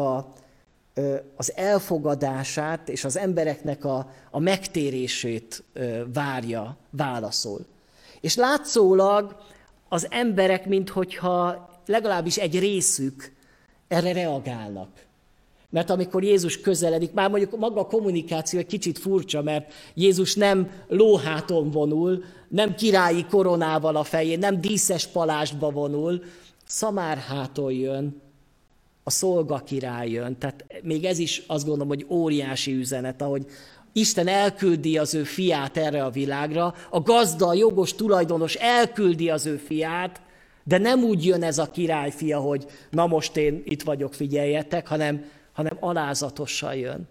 az elfogadását és az embereknek a megtérését várja, válaszol. És látszólag az emberek, minthogyha legalábbis egy részük erre reagálnak. Mert amikor Jézus közeledik, már mondjuk maga a kommunikáció egy kicsit furcsa, mert Jézus nem lóháton vonul, nem királyi koronával a fején, nem díszes palástba vonul, szamárháton jön, a szolgakirály jön. Tehát még ez is azt gondolom, hogy óriási üzenet, ahogy Isten elküldi az ő fiát erre a világra, a gazda, a jogos tulajdonos elküldi az ő fiát, de nem úgy jön ez a királyfia, hogy na most én itt vagyok, figyeljetek, hanem alázatosan jön.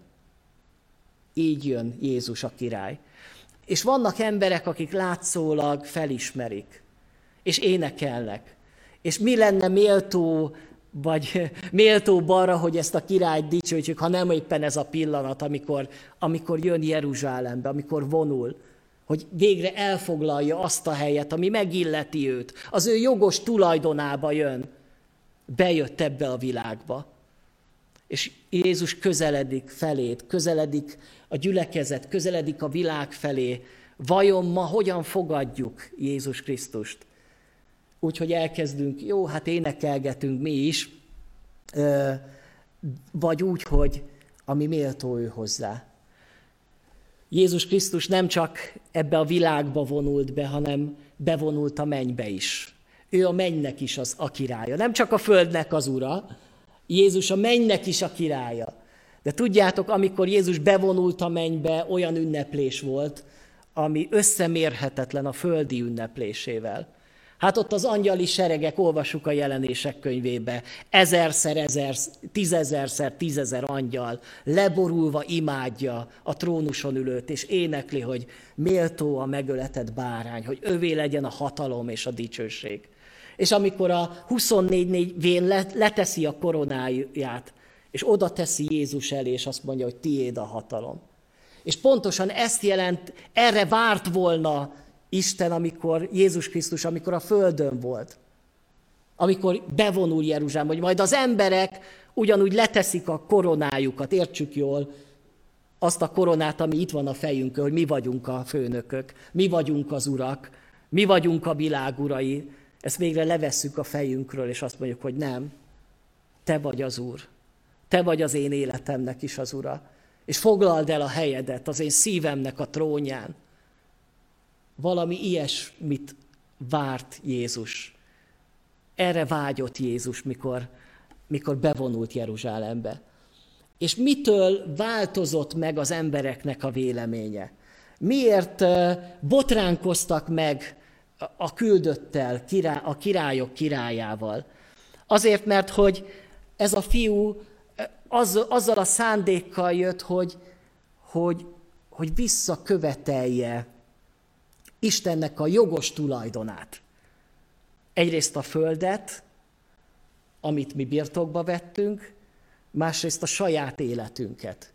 Így jön Jézus a király. És vannak emberek, akik látszólag felismerik, és énekelnek. És mi lenne méltóbb arra, hogy ezt a királyt dicsőítjük, ha nem éppen ez a pillanat, amikor jön Jeruzsálembe, amikor vonul, hogy végre elfoglalja azt a helyet, ami megilleti őt. Az ő jogos tulajdonába jön. Bejött ebbe a világba. És Jézus közeledik felét, közeledik a gyülekezet, közeledik a világ felé. Vajon ma hogyan fogadjuk Jézus Krisztust? Úgyhogy elkezdünk, jó, hát énekelgetünk mi is, vagy úgy, hogy ami méltó ő hozzá. Jézus Krisztus nem csak ebbe a világba vonult be, hanem bevonult a mennybe is. Ő a mennynek is a királya. Nem csak a földnek az ura, Jézus a mennynek is a királya. De tudjátok, amikor Jézus bevonult a mennybe, olyan ünneplés volt, ami összemérhetetlen a földi ünneplésével. Hát ott az angyali seregek, olvassuk a Jelenések könyvébe, 1000-szer 10 000-szer 10 000 angyal leborulva imádja a trónuson ülőt, és énekli, hogy méltó a megöletett bárány, hogy övé legyen a hatalom és a dicsőség. És amikor a 24-vén leteszi a koronáját, és oda teszi Jézus elé, és azt mondja, hogy tiéd a hatalom. És pontosan ezt jelent, erre várt volna Isten, amikor Jézus Krisztus, amikor a földön volt. Amikor bevonul Jeruzsálembe, hogy majd az emberek ugyanúgy leteszik a koronájukat, értsük jól, azt a koronát, ami itt van a fejünkön, hogy mi vagyunk a főnökök, mi vagyunk az urak, mi vagyunk a világ urai. Ezt végre levesszük a fejünkről, és azt mondjuk, hogy nem, te vagy az Úr. Te vagy az én életemnek is az Ura. És foglald el a helyedet az én szívemnek a trónján. Valami ilyesmit várt Jézus. Erre vágyott Jézus, mikor bevonult Jeruzsálembe. És mitől változott meg az embereknek a véleménye? Miért botránkoztak meg a küldöttel, a királyok királyával? Azért, mert hogy ez a fiú azzal a szándékkal jött, hogy visszakövetelje Istennek a jogos tulajdonát. Egyrészt a földet, amit mi birtokba vettünk, másrészt a saját életünket.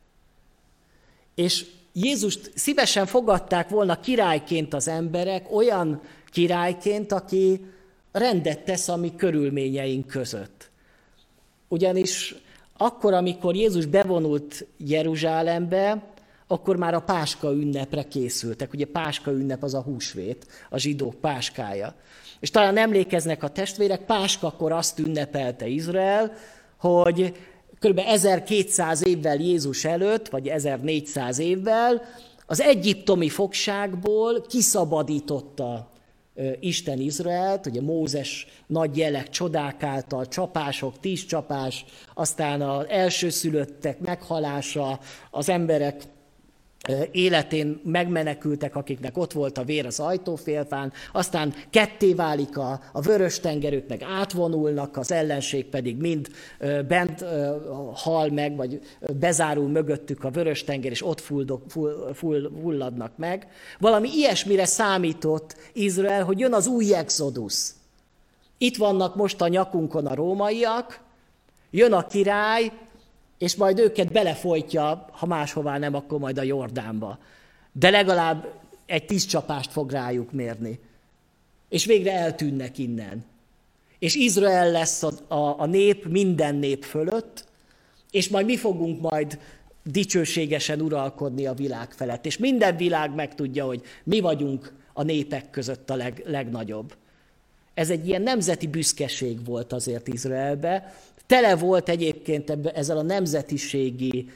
És Jézust szívesen fogadták volna királyként az emberek, olyan királyként, aki rendet tesz a mi körülményeink között. Ugyanis akkor, amikor Jézus bevonult Jeruzsálembe, akkor már a Páska ünnepre készültek. Ugye Páska ünnep az a húsvét, a zsidók páskája. És talán emlékeznek a testvérek, Páskakor azt ünnepelte Izrael, hogy kb. 1200 évvel Jézus előtt, vagy 1400 évvel az egyiptomi fogságból kiszabadította Isten Izraelt, ugye Mózes nagy jelek, csodák által, csapások, 10 csapás, aztán az elsőszülöttek meghalása, az emberek életén megmenekültek, akiknek ott volt a vér az ajtófélfán, aztán ketté válik a Vörös-tenger, ők meg átvonulnak, az ellenség pedig mind bent hal meg, vagy bezárul mögöttük a Vörös-tenger, és ott fulladnak meg. Valami ilyesmire számított Izrael, hogy jön az új exodusz. Itt vannak most a nyakunkon a rómaiak, jön a király, és majd őket belefolytja, ha máshová nem, akkor majd a Jordánba. De legalább egy 10 csapást fog rájuk mérni. És végre eltűnnek innen. És Izrael lesz a nép minden nép fölött, és majd mi fogunk majd dicsőségesen uralkodni a világ felett. És minden világ megtudja, hogy mi vagyunk a népek között a legnagyobb. Ez egy ilyen nemzeti büszkeség volt azért Izraelbe. Tele volt egyébként ezzel a nemzetiségi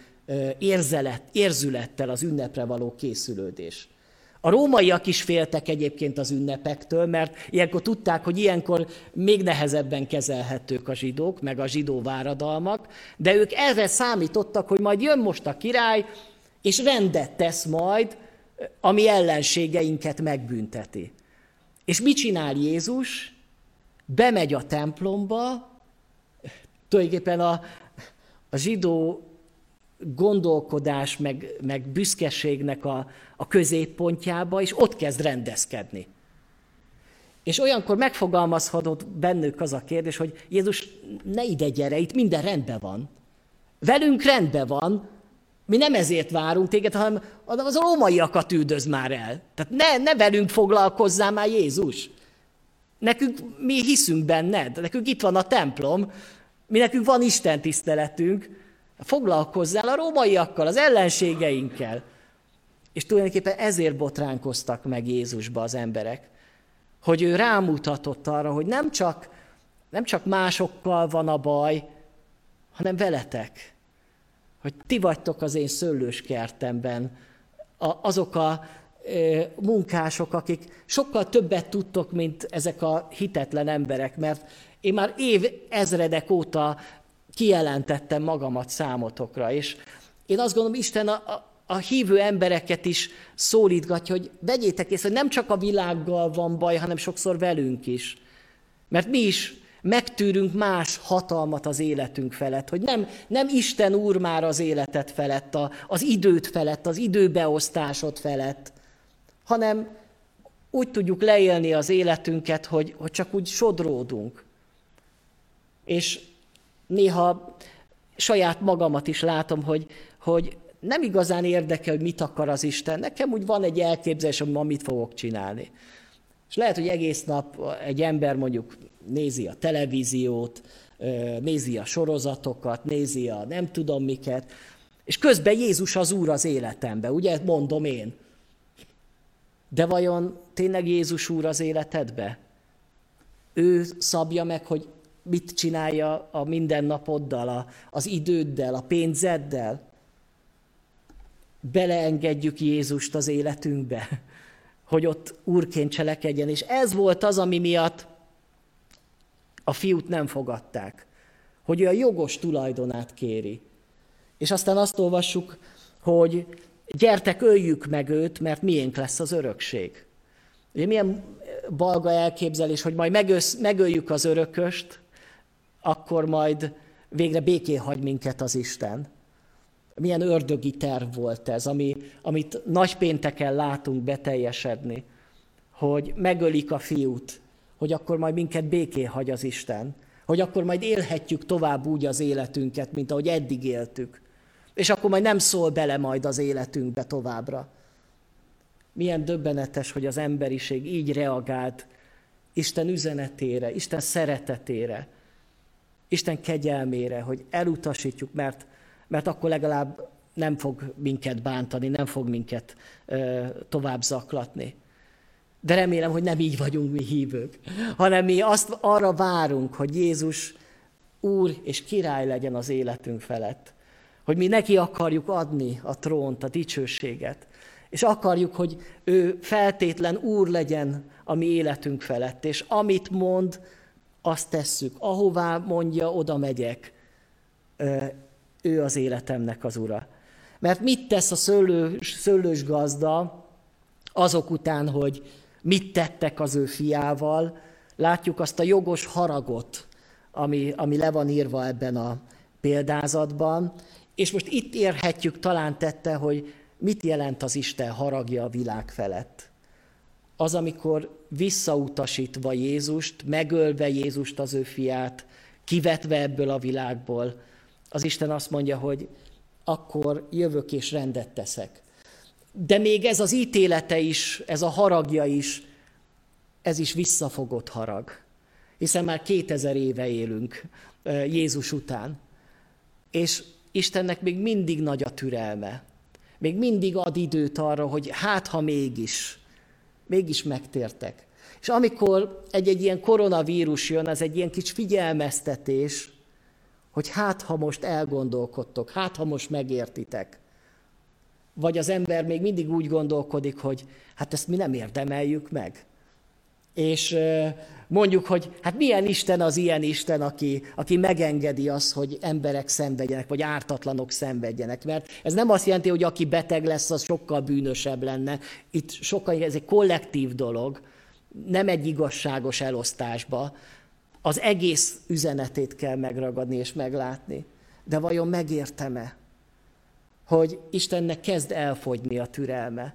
érzülettel az ünnepre való készülődés. A rómaiak is féltek egyébként az ünnepektől, mert ilyenkor tudták, hogy ilyenkor még nehezebben kezelhetők a zsidók, meg a zsidó váradalmak, de ők erre számítottak, hogy majd jön most a király, és rendet tesz majd, ami ellenségeinket megbünteti. És mit csinál Jézus? Bemegy a templomba, tulajdonképpen a zsidó gondolkodás, meg büszkeségnek a középpontjába, és ott kezd rendezkedni. És olyankor megfogalmazhatott bennük az a kérdés, hogy Jézus, ne ide gyere, itt minden rendben van. Velünk rendben van, mi nem ezért várunk téged, hanem az a rómaiakat üldözd már el. Tehát ne velünk foglalkozzál már, Jézus. Nekünk, mi hiszünk benned, nekünk itt van a templom, nekünk van Isten tiszteletünk, foglalkozzál a rómaiakkal, az ellenségeinkkel. És tulajdonképpen ezért botránkoztak meg Jézusba az emberek, hogy ő rámutatott arra, hogy nem csak másokkal van a baj, hanem veletek. Hogy ti vagytok az én szőlőskertemben, azok a munkások, akik sokkal többet tudtok, mint ezek a hitetlen emberek, mert én már ezredek óta kijelentettem magamat számotokra, és én azt gondolom, Isten a hívő embereket is szólítgatja, hogy vegyétek észre, hogy nem csak a világgal van baj, hanem sokszor velünk is. Mert mi is megtűrünk más hatalmat az életünk felett, hogy nem Isten úr már az életed felett, az időt felett, az időbeosztásod felett, hanem úgy tudjuk leélni az életünket, hogy csak úgy sodródunk. És néha saját magamat is látom, hogy nem igazán érdekel, hogy mit akar az Isten. Nekem úgy van egy elképzelés, hogy ma mit fogok csinálni. És lehet, hogy egész nap egy ember mondjuk nézi a televíziót, nézi a sorozatokat, nézi a nem tudom miket, és közben Jézus az Úr az életemben, ugye mondom én. De vajon tényleg Jézus Úr az életedbe? Ő szabja meg, hogy mit csinálja a mindennapoddal, az időddel, a pénzeddel? Beleengedjük Jézust az életünkbe, hogy ott úrként cselekedjen. És ez volt az, ami miatt a fiút nem fogadták, hogy ő a jogos tulajdonát kéri. És aztán azt olvassuk, hogy gyertek, öljük meg őt, mert miénk lesz az örökség. Ugye milyen balga elképzelés, hogy majd megöljük az örököst, akkor majd végre békén hagy minket az Isten. Milyen ördögi terv volt ez, amit nagypénteken látunk beteljesedni, hogy megölik a fiút, hogy akkor majd minket békén hagy az Isten, hogy akkor majd élhetjük tovább úgy az életünket, mint ahogy eddig éltük, és akkor majd nem szól bele majd az életünkbe továbbra. Milyen döbbenetes, hogy az emberiség így reagált Isten üzenetére, Isten szeretetére, Isten kegyelmére, hogy elutasítjuk, mert akkor legalább nem fog minket bántani, nem fog minket tovább zaklatni. De remélem, hogy nem így vagyunk mi hívők, hanem mi arra várunk, hogy Jézus Úr és király legyen az életünk felett. Hogy mi neki akarjuk adni a trónt, a dicsőséget. És akarjuk, hogy ő feltétlen Úr legyen a mi életünk felett. És amit mond, azt tesszük. Ahová mondja, oda megyek. Ő az életemnek az Ura. Mert mit tesz a szőlős gazda azok után, hogy mit tettek az ő fiával? Látjuk azt a jogos haragot, ami le van írva ebben a példázatban. És most itt érhetjük talán tette, hogy mit jelent az Isten haragja a világ felett. Az, amikor visszautasítva Jézust, megölve Jézust, az ő fiát, kivetve ebből a világból, az Isten azt mondja, hogy akkor jövök és rendet teszek. De még ez az ítélete is, ez a haragja is, ez is visszafogott harag. Hiszen már 2000 éve élünk Jézus után. És Istennek még mindig nagy a türelme. Még mindig ad időt arra, hogy hát ha mégis megtértek. És amikor egy ilyen koronavírus jön, az egy ilyen kis figyelmeztetés, hogy hát ha most elgondolkodtok, hát ha most megértitek. Vagy az ember még mindig úgy gondolkodik, hogy hát ezt mi nem érdemeljük meg. És mondjuk, hogy hát milyen Isten az ilyen Isten, aki megengedi azt, hogy emberek szenvedjenek, vagy ártatlanok szenvedjenek. Mert ez nem azt jelenti, hogy aki beteg lesz, az sokkal bűnösebb lenne. Itt sokkal, ez egy kollektív dolog, nem egy igazságos elosztásba. Az egész üzenetét kell megragadni és meglátni. De vajon megértem-e, hogy Istennek kezd elfogyni a türelme?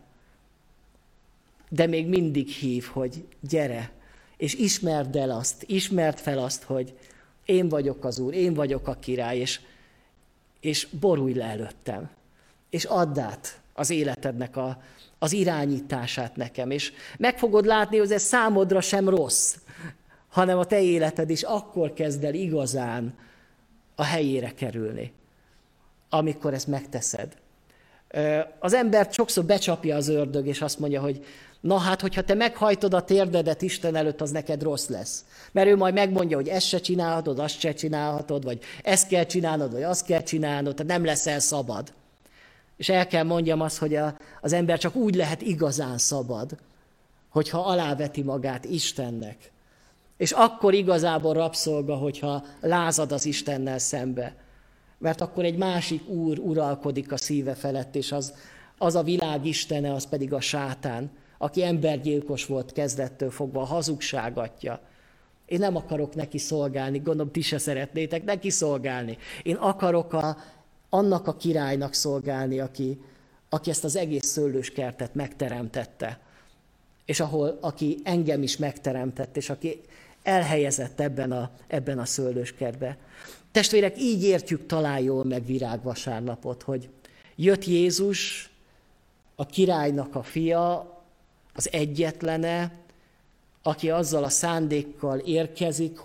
De még mindig hív, hogy gyere, és ismerd fel azt, hogy én vagyok az Úr, én vagyok a király, és borulj le előttem, és add át az életednek az irányítását nekem, és meg fogod látni, hogy ez számodra sem rossz, hanem a te életed is akkor kezd el igazán a helyére kerülni, amikor ezt megteszed. Az embert sokszor becsapja az ördög, és azt mondja, hogy na hát, hogyha te meghajtod a térdedet Isten előtt, az neked rossz lesz. Mert ő majd megmondja, hogy ezt se csinálhatod, azt se csinálhatod, vagy ezt kell csinálnod, vagy azt kell csinálnod, tehát nem leszel szabad. És el kell mondjam azt, hogy az ember csak úgy lehet igazán szabad, hogyha aláveti magát Istennek. És akkor igazából rabszolga, hogyha lázad az Istennel szembe. Mert akkor egy másik úr uralkodik a szíve felett, és Az a világ istene, az pedig a sátán, aki embergyilkos volt kezdettől fogva, a hazugság atya. Én nem akarok neki szolgálni, gondolom ti se szeretnétek neki szolgálni. Én akarok annak a királynak szolgálni, aki ezt az egész szőlőskertet megteremtette, és aki engem is megteremtett, és aki elhelyezett ebben a szőlőskertbe. Testvérek, így értjük talán jól meg virágvasárnapot, hogy jött Jézus, a királynak a fia, az egyetlene, aki azzal a szándékkal érkezik,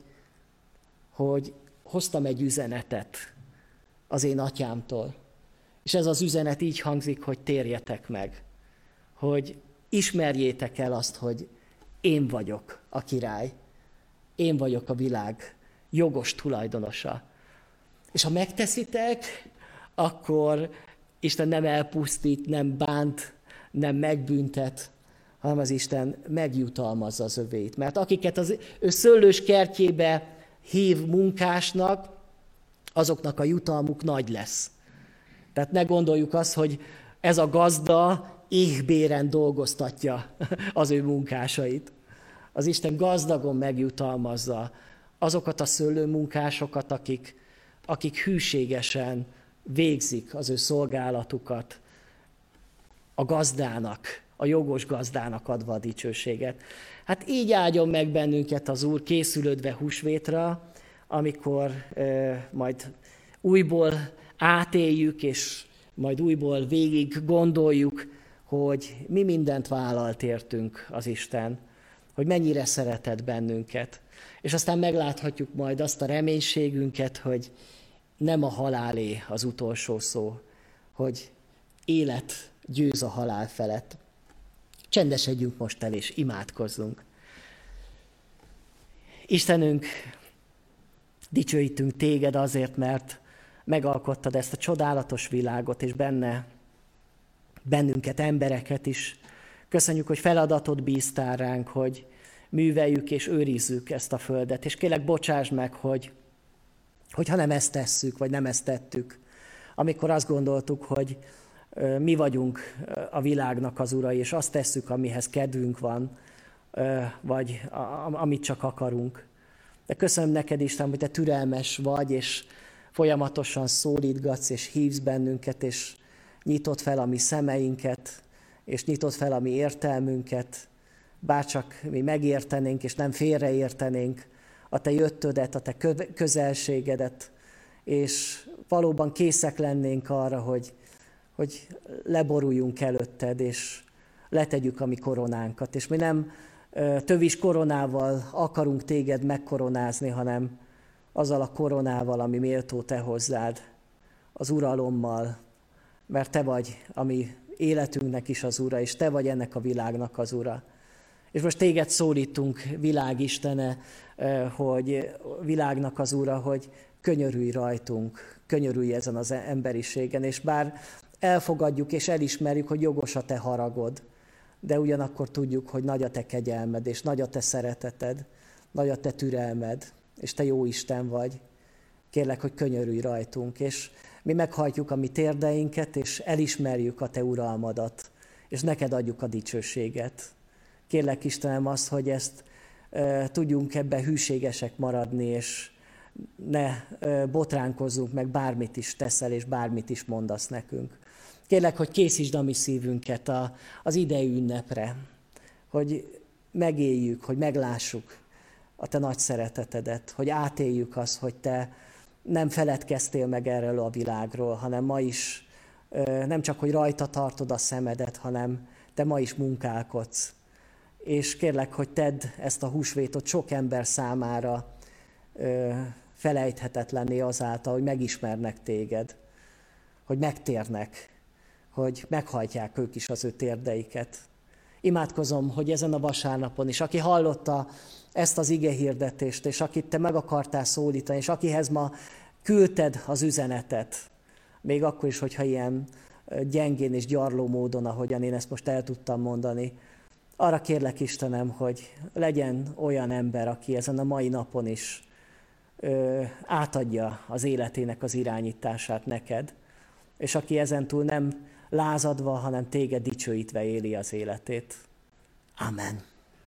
hogy hoztam egy üzenetet az én atyámtól. És ez az üzenet így hangzik, hogy térjetek meg, hogy ismerjétek el azt, hogy én vagyok a király, én vagyok a világ jogos tulajdonosa. És ha megteszitek, akkor Isten nem elpusztít, nem bánt, nem megbüntet, hanem az Isten megjutalmazza az övéit. Mert akiket az ő szőlős kertjébe hív munkásnak, azoknak a jutalmuk nagy lesz. Tehát ne gondoljuk azt, hogy ez a gazda éhbéren dolgoztatja az ő munkásait. Az Isten gazdagon megjutalmazza azokat a szőlőmunkásokat, akik hűségesen végzik az ő szolgálatukat a gazdának, a jogos gazdának adva a dicsőséget. Hát így áldjon meg bennünket az Úr, készülődve húsvétra, amikor majd újból átéljük, és majd újból végig gondoljuk, hogy mi mindent vállalt értünk az Isten, hogy mennyire szeretett bennünket. És aztán megláthatjuk majd azt a reménységünket, hogy nem a halálé az utolsó szó, hogy élet győz a halál felett. Csendesedjünk most el, és imádkozzunk. Istenünk, dicsőítünk téged azért, mert megalkottad ezt a csodálatos világot, és bennünket, embereket is. Köszönjük, hogy feladatot bíztál ránk, hogy műveljük és őrizzük ezt a földet. És kérlek, bocsáss meg, hogy ha nem ezt tesszük, vagy nem ezt tettük, amikor azt gondoltuk, hogy mi vagyunk a világnak az urai, és azt tesszük, amihez kedvünk van, vagy amit csak akarunk. De köszönöm neked, Isten, hogy te türelmes vagy, és folyamatosan szólítgatsz, és hívsz bennünket, és nyitod fel a mi szemeinket, és nyitod fel a mi értelmünket, bárcsak mi megértenénk, és nem félreértenénk a te jöttödet, a te közelségedet, és valóban készek lennénk arra, hogy leboruljunk előtted, és letegyük a mi koronánkat. És mi nem tövis koronával akarunk téged megkoronázni, hanem azzal a koronával, ami méltó te hozzád, az uralommal, mert te vagy a mi életünknek is az ura, és te vagy ennek a világnak az ura. És most téged szólítunk, világistene, hogy világnak az ura, hogy könyörülj rajtunk, könyörülj ezen az emberiségen, és bár elfogadjuk és elismerjük, hogy jogos a te haragod, de ugyanakkor tudjuk, hogy nagy a te kegyelmed, és nagy a te szereteted, nagy a te türelmed, és te jó Isten vagy. Kérlek, hogy könyörülj rajtunk, és mi meghajtjuk a mi térdeinket, és elismerjük a te uralmadat, és neked adjuk a dicsőséget. Kérlek, Istenem, azt, hogy ezt tudjunk ebben hűségesek maradni, és ne botránkozzunk meg, bármit is teszel, és bármit is mondasz nekünk. Kérlek, hogy készítsd a mi szívünket az idei ünnepre, hogy megéljük, hogy meglássuk a te nagy szeretetedet, hogy átéljük azt, hogy te nem feledkeztél meg erről a világról, hanem ma is nem csak, hogy rajta tartod a szemedet, hanem te ma is munkálkodsz. És kérlek, hogy tedd ezt a húsvétot sok ember számára felejthetetlenné azáltal, hogy megismernek téged, hogy megtérnek, hogy meghajtják ők is az ő térdeiket. Imádkozom, hogy ezen a vasárnapon is, aki hallotta ezt az igehirdetést, és akit te meg akartál szólítani, és akihez ma küldted az üzenetet, még akkor is, hogyha ilyen gyengén és gyarló módon, ahogyan én ezt most el tudtam mondani, arra kérlek, Istenem, hogy legyen olyan ember, aki ezen a mai napon is átadja az életének az irányítását neked, és aki ezentúl nem lázadva, hanem téged dicsőítve éli az életét. Amen.